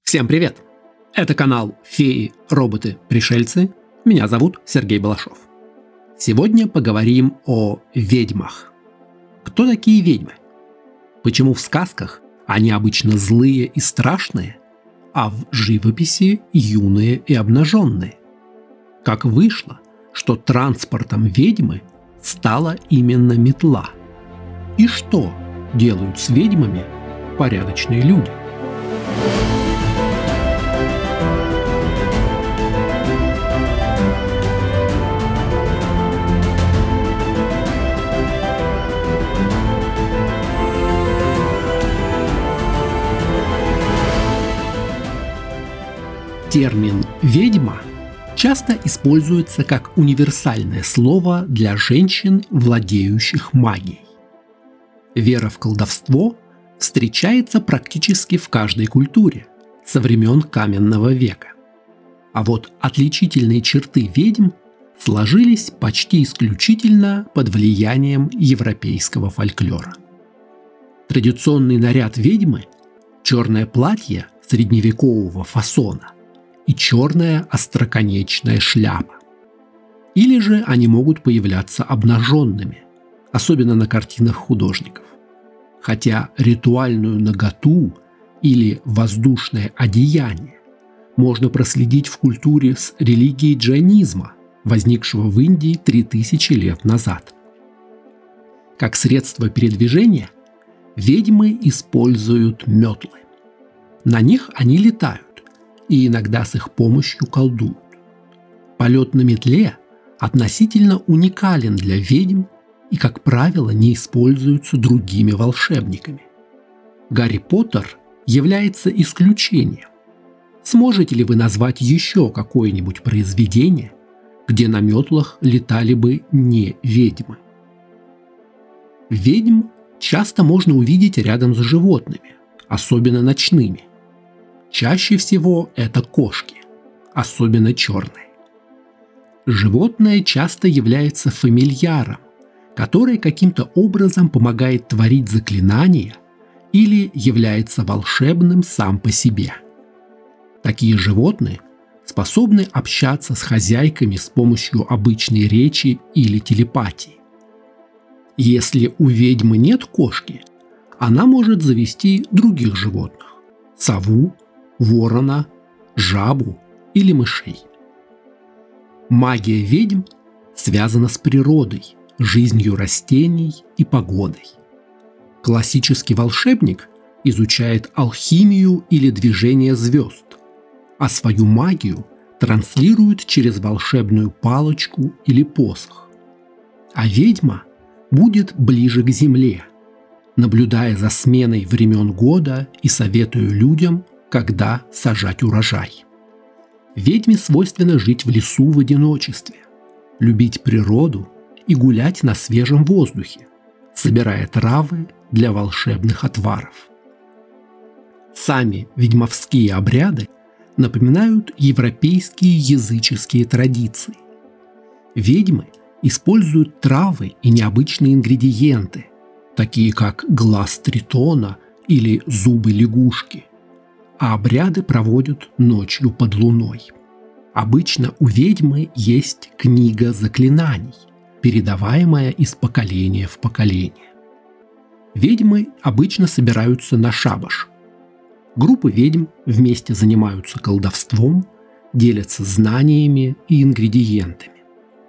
Всем привет! Это канал «Феи, роботы, пришельцы». Меня зовут Сергей Балашов. Сегодня поговорим о ведьмах. Кто такие ведьмы? Почему в сказках они обычно злые и страшные, а в живописи юные и обнаженные? Как вышло, что транспортом ведьмы стала именно метла? И что делают с ведьмами порядочные люди? Термин «ведьма» часто используется как универсальное слово для женщин, владеющих магией. Вера в колдовство встречается практически в каждой культуре со времен каменного века. А вот отличительные черты ведьм сложились почти исключительно под влиянием европейского фольклора. Традиционный наряд ведьмы – черное платье средневекового фасона и черная остроконечная шляпа. Или же они могут появляться обнаженными, особенно на картинах художников. Хотя ритуальную наготу или воздушное одеяние можно проследить в культуре с религией джайнизма, возникшего в Индии 3000 лет назад. Как средство передвижения ведьмы используют метлы. На них они летают, и иногда с их помощью колдуют. Полет на метле относительно уникален для ведьм и, как правило, не используется другими волшебниками. Гарри Поттер является исключением. Сможете ли вы назвать еще какое-нибудь произведение, где на метлах летали бы не ведьмы? Ведьм часто можно увидеть рядом с животными, особенно ночными. Чаще всего это кошки, особенно черные. Животное часто является фамильяром, который каким-то образом помогает творить заклинания или является волшебным сам по себе. Такие животные способны общаться с хозяйками с помощью обычной речи или телепатии. Если у ведьмы нет кошки, она может завести других животных – сову, ворона, жабу или мышей. Магия ведьм связана с природой, жизнью растений и погодой. Классический волшебник изучает алхимию или движение звезд, а свою магию транслирует через волшебную палочку или посох. А ведьма будет ближе к земле, наблюдая за сменой времен года и советуя людям, когда сажать урожай. Ведьме свойственно жить в лесу в одиночестве, любить природу и гулять на свежем воздухе, собирая травы для волшебных отваров. Сами ведьмовские обряды напоминают европейские языческие традиции. Ведьмы используют травы и необычные ингредиенты, такие как глаз тритона или зубы лягушки, а обряды проводят ночью под луной. Обычно у ведьмы есть книга заклинаний, передаваемая из поколения в поколение. Ведьмы обычно собираются на шабаш. Группы ведьм вместе занимаются колдовством, делятся знаниями и ингредиентами.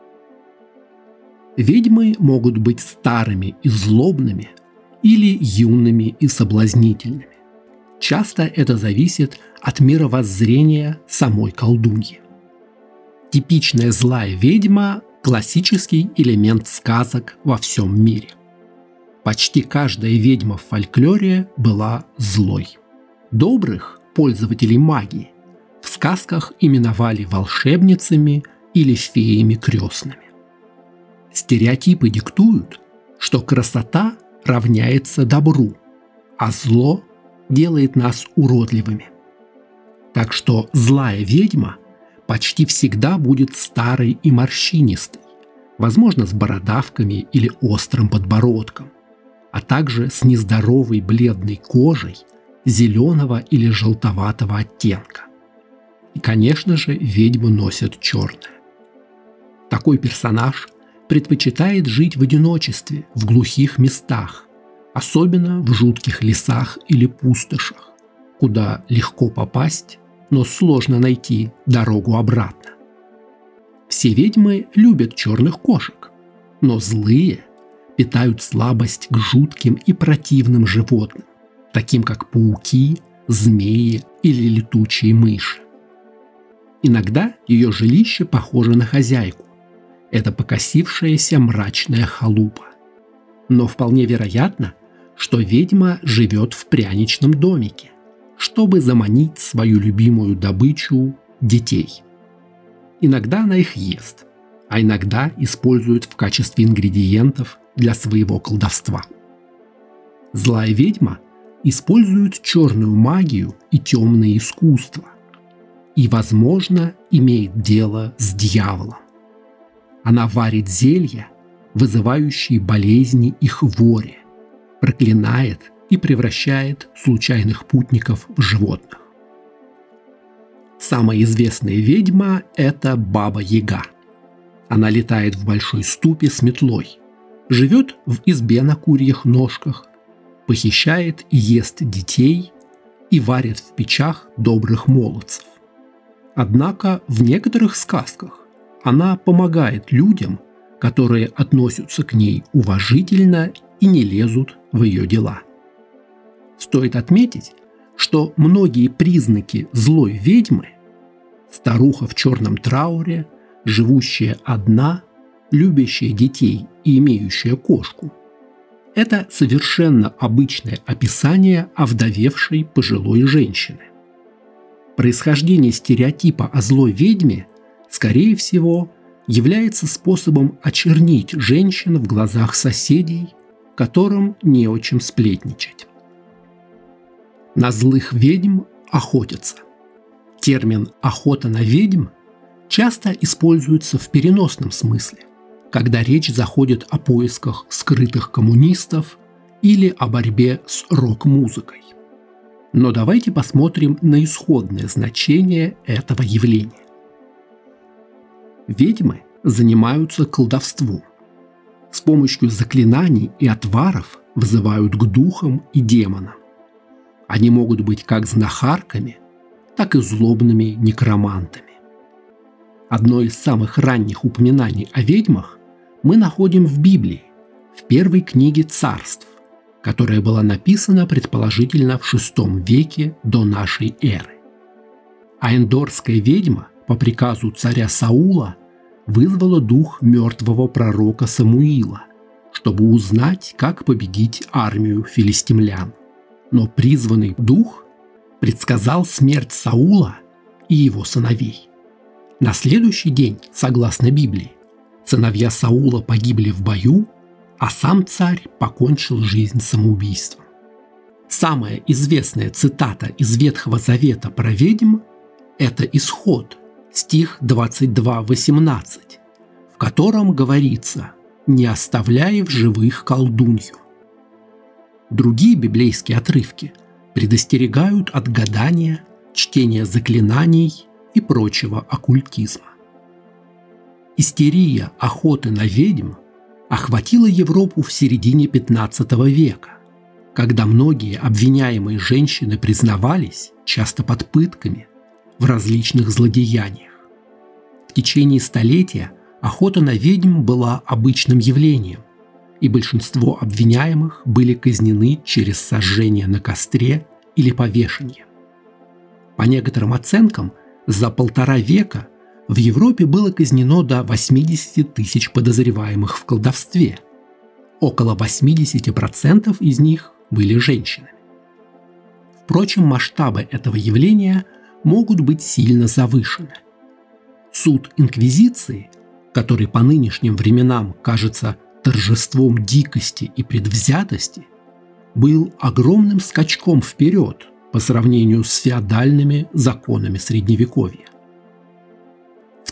Ведьмы могут быть старыми и злобными или юными и соблазнительными. Часто это зависит от мировоззрения самой колдуньи. Типичная злая ведьма – классический элемент сказок во всем мире. Почти каждая ведьма в фольклоре была злой. Добрых пользователей магии в сказках именовали волшебницами или феями крестными. Стереотипы диктуют, что красота равняется добру, а зло делает нас уродливыми. Так что злая ведьма почти всегда будет старой и морщинистой, возможно, с бородавками или острым подбородком, а также с нездоровой бледной кожей, зеленого или желтоватого оттенка. И, конечно же, ведьмы носят черное. Такой персонаж предпочитает жить в одиночестве, в глухих местах, особенно в жутких лесах или пустошах, куда легко попасть, но сложно найти дорогу обратно. Все ведьмы любят черных кошек, но злые питают слабость к жутким и противным животным, таким как пауки, змеи или летучие мыши. Иногда ее жилище похоже на хозяйку. Это покосившаяся мрачная халупа. Но вполне вероятно, что ведьма живет в пряничном домике, чтобы заманить свою любимую добычу – детей. Иногда она их ест, а иногда использует в качестве ингредиентов для своего колдовства. Злая ведьма использует черную магию и темные искусства и, возможно, имеет дело с дьяволом. Она варит зелья, вызывающие болезни и хвори, проклинает и превращает случайных путников в животных. Самая известная ведьма – это Баба-Яга. Она летает в большой ступе с метлой, живет в избе на курьих ножках, похищает и ест детей и варит в печах добрых молодцев. Однако в некоторых сказках она помогает людям, которые относятся к ней уважительно и не лезут в ее дела. Стоит отметить, что многие признаки злой ведьмы – старуха в черном трауре, живущая одна, любящая детей и имеющая кошку – это совершенно обычное описание овдовевшей пожилой женщины. Происхождение стереотипа о злой ведьме, скорее всего, является способом очернить женщин в глазах соседей, которым не о чем сплетничать. На злых ведьм охотятся. Термин «охота на ведьм» часто используется в переносном смысле, когда речь заходит о поисках скрытых коммунистов или о борьбе с рок-музыкой. Но давайте посмотрим на исходное значение этого явления. Ведьмы занимаются колдовством. С помощью заклинаний и отваров вызывают к духам и демонам. Они могут быть как знахарками, так и злобными некромантами. Одно из самых ранних упоминаний о ведьмах мы находим в Библии, в первой книге Царств, которая была написана предположительно в VI веке до нашей эры. А эндорская ведьма по приказу царя Саула вызвала дух мертвого пророка Самуила, чтобы узнать, как победить армию филистимлян. Но призванный дух предсказал смерть Саула и его сыновей. На следующий день, согласно Библии, сыновья Саула погибли в бою, а сам царь покончил жизнь самоубийством. Самая известная цитата из Ветхого Завета про ведьм – это Исход, стих 22:18, в котором говорится «не оставляй в живых колдунью». Другие библейские отрывки предостерегают от гадания, чтения заклинаний и прочего оккультизма. Истерия охоты на ведьм охватила Европу в середине XV века, когда многие обвиняемые женщины признавались, часто под пытками, в различных злодеяниях. В течение столетия охота на ведьм была обычным явлением, и большинство обвиняемых были казнены через сожжение на костре или повешение. По некоторым оценкам, за 1,5 века в Европе было казнено до 80 тысяч подозреваемых в колдовстве. Около 80% из них были женщинами. Впрочем, масштабы этого явления могут быть сильно завышены. Суд Инквизиции, который по нынешним временам кажется торжеством дикости и предвзятости, был огромным скачком вперед по сравнению с феодальными законами Средневековья. В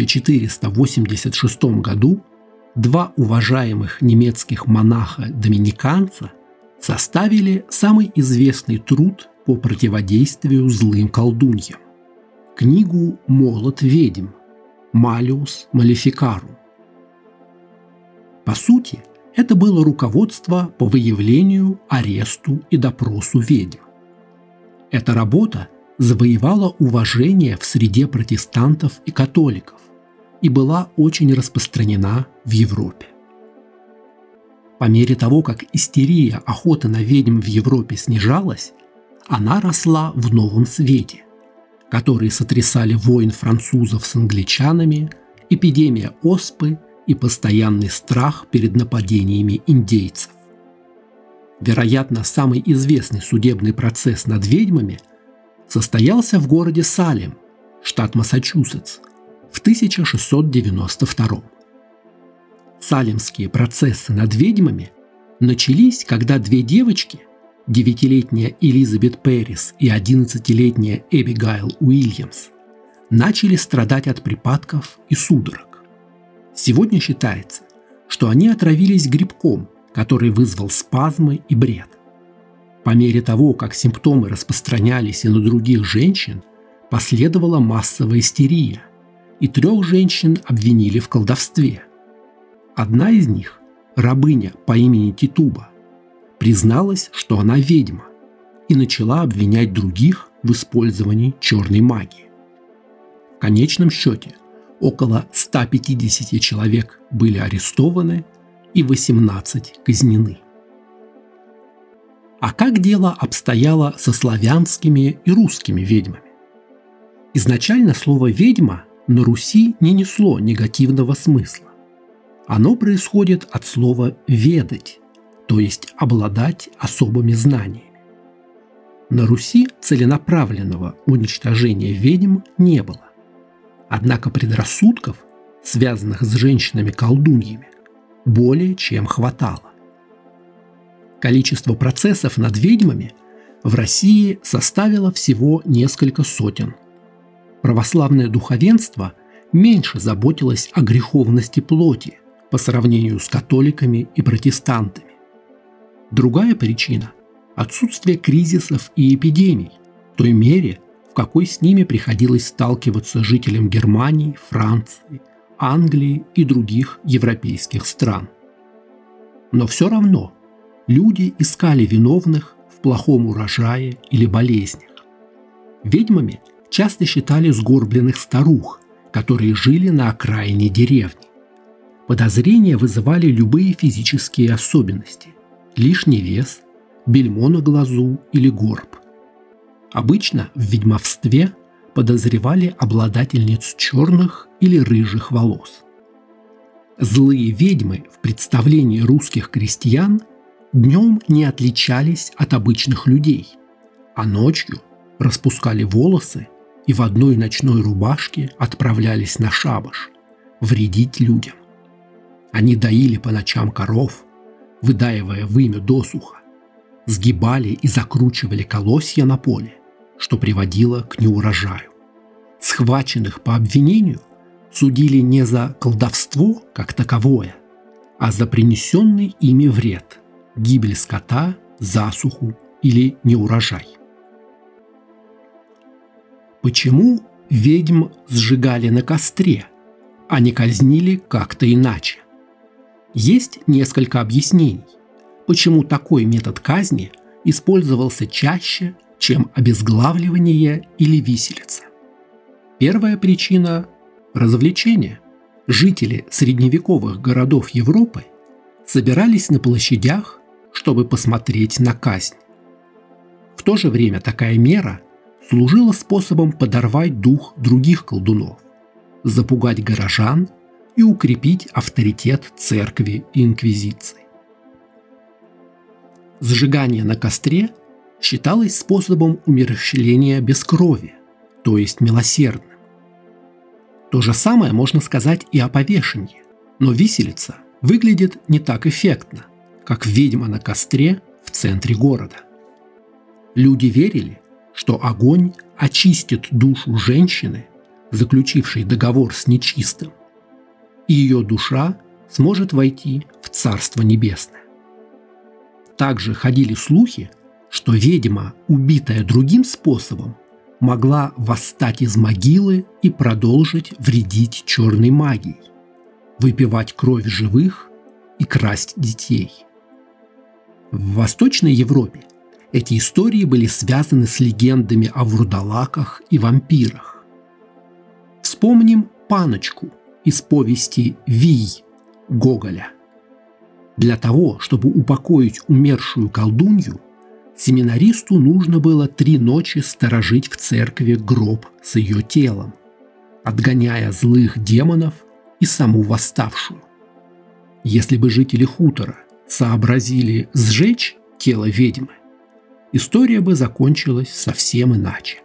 1486 году 2 уважаемых немецких монаха-доминиканца составили самый известный труд по противодействию злым колдуньям, книгу «Молот ведьм» Malleus Maleficarum. По сути, это было руководство по выявлению, аресту и допросу ведьм. Эта работа завоевала уважение в среде протестантов и католиков и была очень распространена в Европе. По мере того, как истерия охоты на ведьм в Европе снижалась, она росла в новом свете, который сотрясали войн французов с англичанами, эпидемия оспы и постоянный страх перед нападениями индейцев. Вероятно, самый известный судебный процесс над ведьмами состоялся в городе Салем, штат Массачусетс, в 1692. Салемские процессы над ведьмами начались, когда две девочки, 9-летняя Элизабет Пэрис и 11-летняя Эбигайл Уильямс, начали страдать от припадков и судорог. Сегодня считается, что они отравились грибком, который вызвал спазмы и бред. По мере того, как симптомы распространялись и на других женщин, последовала массовая истерия, и 3 женщин обвинили в колдовстве. Одна из них, рабыня по имени Титуба, призналась, что она ведьма, и начала обвинять других в использовании черной магии. В конечном счете, около 150 человек были арестованы и 18 казнены. А как дело обстояло со славянскими и русскими ведьмами? Изначально слово «ведьма» на Руси не несло негативного смысла. Оно происходит от слова «ведать», то есть обладать особыми знаниями. На Руси целенаправленного уничтожения ведьм не было. Однако предрассудков, связанных с женщинами-колдуньями, более чем хватало. Количество процессов над ведьмами в России составило всего несколько сотен. Православное духовенство меньше заботилось о греховности плоти по сравнению с католиками и протестантами. Другая причина – отсутствие кризисов и эпидемий в той мере, в какой с ними приходилось сталкиваться жителям Германии, Франции, Англии и других европейских стран. Но все равно люди искали виновных в плохом урожае или болезнях. Ведьмами часто считали сгорбленных старух, которые жили на окраине деревни. Подозрения вызывали любые физические особенности – лишний вес, бельмо на глазу или горб. Обычно в ведьмовстве подозревали обладательниц черных или рыжих волос. Злые ведьмы в представлении русских крестьян днем не отличались от обычных людей, а ночью распускали волосы и в одной ночной рубашке отправлялись на шабаш вредить людям. Они доили по ночам коров, выдаивая вымя досуха, сгибали и закручивали колосья на поле, что приводило к неурожаю. Схваченных по обвинению судили не за колдовство как таковое, а за принесенный ими вред – гибель скота, засуху или неурожай. Почему ведьм сжигали на костре, а не казнили как-то иначе? Есть несколько объяснений, почему такой метод казни использовался чаще, чем обезглавливание или виселица. Первая причина – развлечение. Жители средневековых городов Европы собирались на площадях, чтобы посмотреть на казнь. В то же время такая мера служила способом подорвать дух других колдунов, запугать горожан и укрепить авторитет церкви и инквизиции. Сжигание на костре считалось способом умерщвления без крови, то есть милосердным. То же самое можно сказать и о повешении, но виселица выглядит не так эффектно, как ведьма на костре в центре города. Люди верили, что огонь очистит душу женщины, заключившей договор с нечистым, и ее душа сможет войти в Царство Небесное. Также ходили слухи, что ведьма, убитая другим способом, могла восстать из могилы и продолжить вредить черной магией, выпивать кровь живых и красть детей. В Восточной Европе эти истории были связаны с легендами о вурдалаках и вампирах. Вспомним Паночку из повести «Вий» Гоголя. Для того, чтобы упокоить умершую колдунью, семинаристу нужно было 3 ночи сторожить в церкви гроб с ее телом, отгоняя злых демонов и саму восставшую. Если бы жители хутора сообразили сжечь тело ведьмы, история бы закончилась совсем иначе.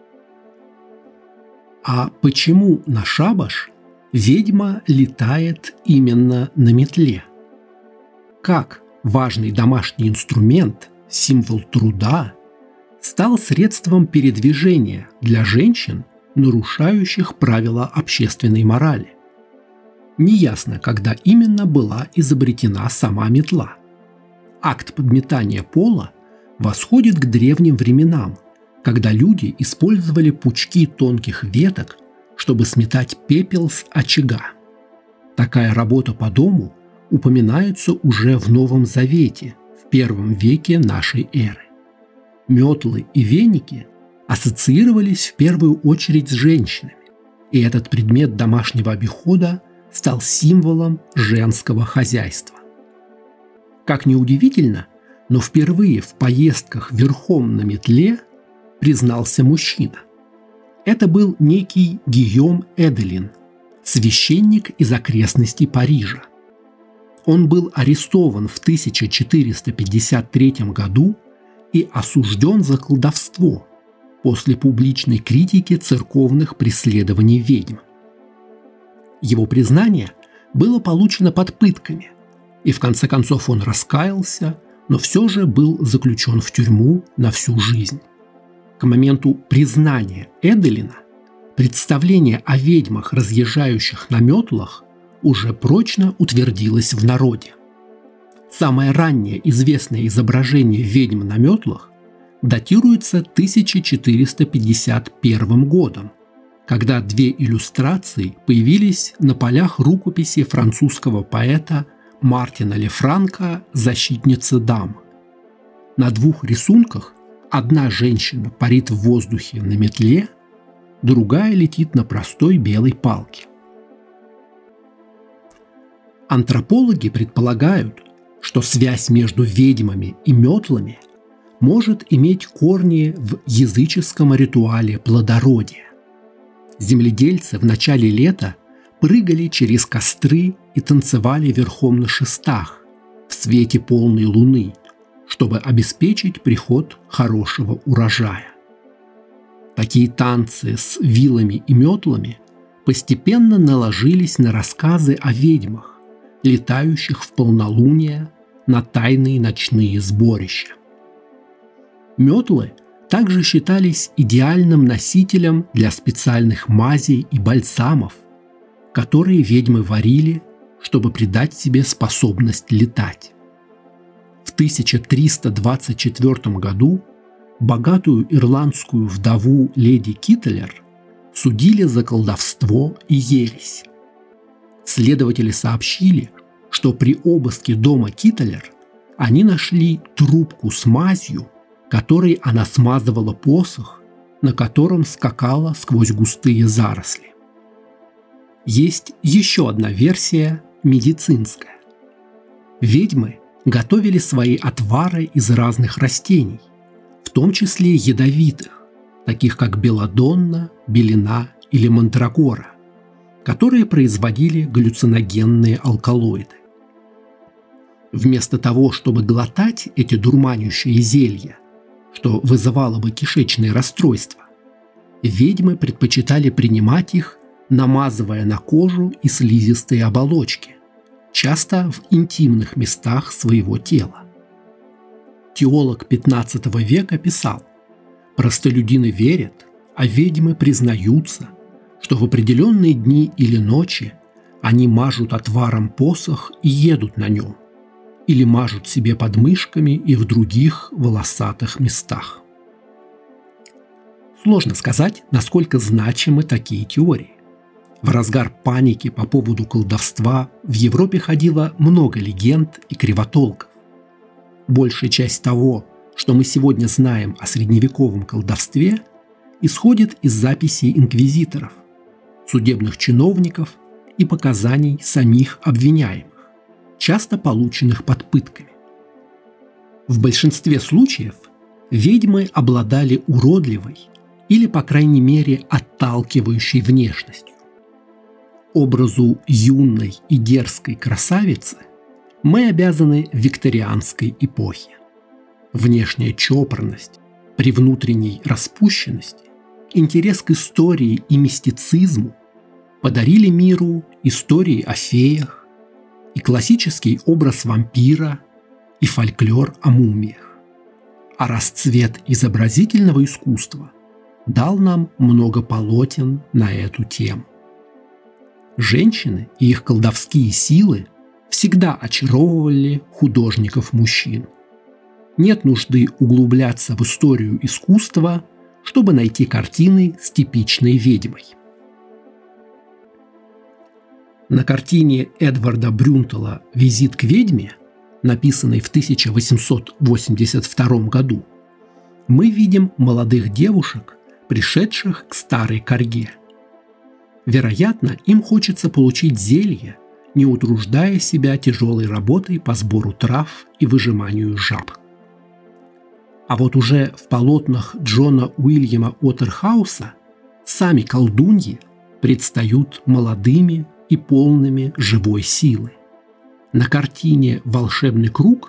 А почему на шабаш ведьма летает именно на метле? Как важный домашний инструмент, символ труда, стал средством передвижения для женщин, нарушающих правила общественной морали? Неясно, когда именно была изобретена сама метла. Акт подметания пола восходит к древним временам, когда люди использовали пучки тонких веток, чтобы сметать пепел с очага. Такая работа по дому упоминается уже в Новом Завете, в I веке нашей эры. Метлы и веники ассоциировались в первую очередь с женщинами, и этот предмет домашнего обихода стал символом женского хозяйства. Как ни удивительно, но впервые в поездках верхом на метле признался мужчина. Это был некий Гийом Эделин, священник из окрестностей Парижа. Он был арестован в 1453 году и осужден за колдовство после публичной критики церковных преследований ведьм. Его признание было получено под пытками, и в конце концов он раскаялся, но все же был заключен в тюрьму на всю жизнь. К моменту признания Эделина представление о ведьмах, разъезжающих на метлах, уже прочно утвердилось в народе. Самое раннее известное изображение ведьм на метлах датируется 1451 годом, когда 2 иллюстрации появились на полях рукописи французского поэта Мартина Лефранка «Защитница дам». На 2 рисунках одна женщина парит в воздухе на метле, другая летит на простой белой палке. Антропологи предполагают, что связь между ведьмами и метлами может иметь корни в языческом ритуале плодородия. Земледельцы в начале лета прыгали через костры и танцевали верхом на шестах в свете полной луны, чтобы обеспечить приход хорошего урожая. Такие танцы с вилами и метлами постепенно наложились на рассказы о ведьмах, летающих в полнолуние на тайные ночные сборища. Метлы также считались идеальным носителем для специальных мазей и бальзамов, которые ведьмы варили, чтобы придать себе способность летать. В 1324 году богатую ирландскую вдову леди Киттелер судили за колдовство и ересь. Следователи сообщили, что при обыске дома Киттелер они нашли трубку с мазью, которой она смазывала посох, на котором скакала сквозь густые заросли. Есть еще одна версия медицинская. Ведьмы готовили свои отвары из разных растений, в том числе ядовитых, таких как белладонна, белина или мандрагора, которые производили галлюциногенные алкалоиды. Вместо того, чтобы глотать эти дурманящие зелья, что вызывало бы кишечные расстройства, ведьмы предпочитали принимать их, намазывая на кожу и слизистые оболочки, часто в интимных местах своего тела. Теолог XV века писал: «Простолюдины верят, а ведьмы признаются, что в определенные дни или ночи они мажут отваром посох и едут на нем, или мажут себе подмышками и в других волосатых местах. Сложно сказать, насколько значимы такие теории. В разгар паники по поводу колдовства в Европе ходило много легенд и кривотолков. Большая часть того, что мы сегодня знаем о средневековом колдовстве, исходит из записей инквизиторов, судебных чиновников и показаний самих обвиняемых, часто полученных под пытками. В большинстве случаев ведьмы обладали уродливой или, по крайней мере, отталкивающей внешностью. Образу юной и дерзкой красавицы мы обязаны викторианской эпохе. Внешняя чопорность при внутренней распущенности, интерес к истории и мистицизму подарили миру истории о феях и классический образ вампира и фольклор о мумиях. А расцвет изобразительного искусства дал нам много полотен на эту тему. Женщины и их колдовские силы всегда очаровывали художников-мужчин. Нет нужды углубляться в историю искусства, чтобы найти картины с типичной ведьмой. На картине Эдварда Брюнтела «Визит к ведьме», написанной в 1882 году, мы видим молодых девушек, пришедших к старой корге. Вероятно, им хочется получить зелье, не утруждая себя тяжелой работой по сбору трав и выжиманию жаб. А вот уже в полотнах Джона Уильяма Уотерхауса сами колдуньи предстают молодыми и полными живой силы. На картине «Волшебный круг»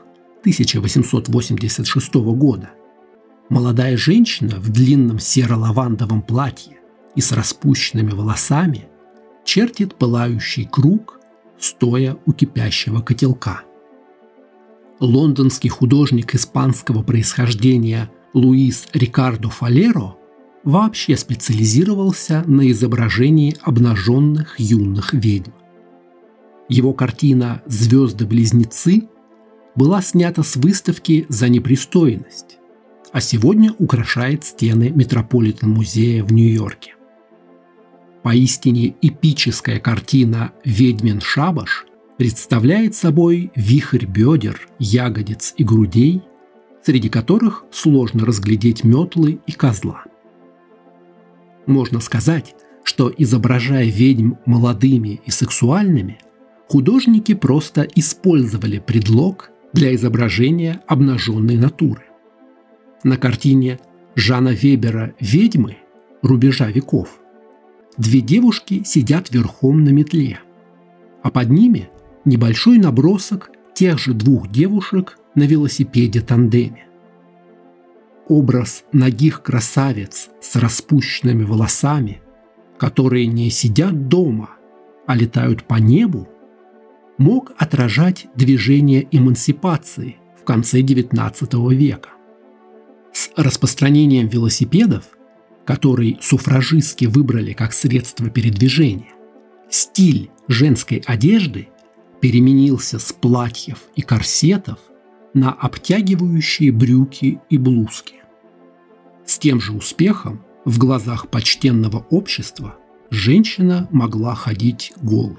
1886 года молодая женщина в длинном серо-лавандовом платье и с распущенными волосами чертит пылающий круг, стоя у кипящего котелка. Лондонский художник испанского происхождения Луис Рикардо Фалеро вообще специализировался на изображении обнаженных юных ведьм. Его картина «Звезды-близнецы» была снята с выставки за непристойность, а сегодня украшает стены Метрополитен-музея в Нью-Йорке. Поистине эпическая картина «Ведьмин шабаш» представляет собой вихрь бедер, ягодиц и грудей, среди которых сложно разглядеть метлы и козла. Можно сказать, что, изображая ведьм молодыми и сексуальными, художники просто использовали предлог для изображения обнаженной натуры. На картине Жана Вебера «Ведьмы» рубежа веков две девушки сидят верхом на метле, а под ними небольшой набросок тех же двух девушек на велосипеде-тандеме. Образ нагих красавиц с распущенными волосами, которые не сидят дома, а летают по небу, мог отражать движение эмансипации в конце XIX века. С распространением велосипедов, который суфражистки выбрали как средство передвижения, стиль женской одежды переменился с платьев и корсетов на обтягивающие брюки и блузки. С тем же успехом в глазах почтенного общества женщина могла ходить голой.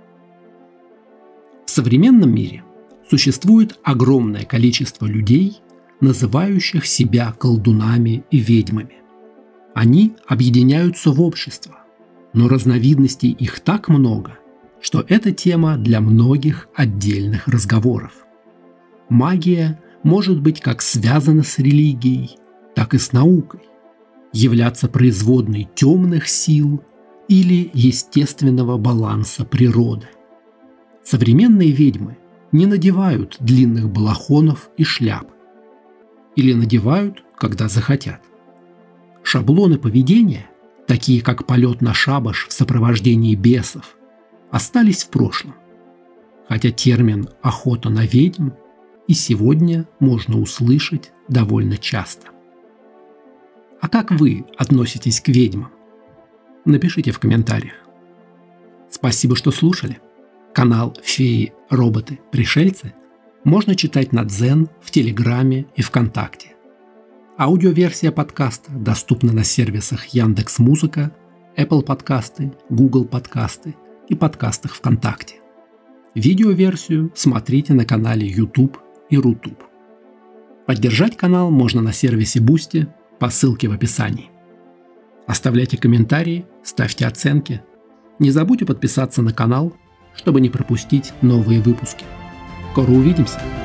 В современном мире существует огромное количество людей, называющих себя колдунами и ведьмами. Они объединяются в общество, но разновидностей их так много, что это тема для многих отдельных разговоров. Магия может быть как связана с религией, так и с наукой, являться производной темных сил или естественного баланса природы. Современные ведьмы не надевают длинных балахонов и шляп, или надевают, когда захотят. Шаблоны поведения, такие как полет на шабаш в сопровождении бесов, остались в прошлом, хотя термин «охота на ведьм» и сегодня можно услышать довольно часто. А как вы относитесь к ведьмам? Напишите в комментариях. Спасибо, что слушали. Канал «Феи, роботы, пришельцы» можно читать на Дзен, в Телеграме и ВКонтакте. Аудиоверсия подкаста доступна на сервисах Яндекс.Музыка, Apple подкасты, Google подкасты и подкастах ВКонтакте. Видеоверсию смотрите на канале YouTube и Рутуб. Поддержать канал можно на сервисе Boosty по ссылке в описании. Оставляйте комментарии, ставьте оценки. Не забудьте подписаться на канал, чтобы не пропустить новые выпуски. Скоро увидимся!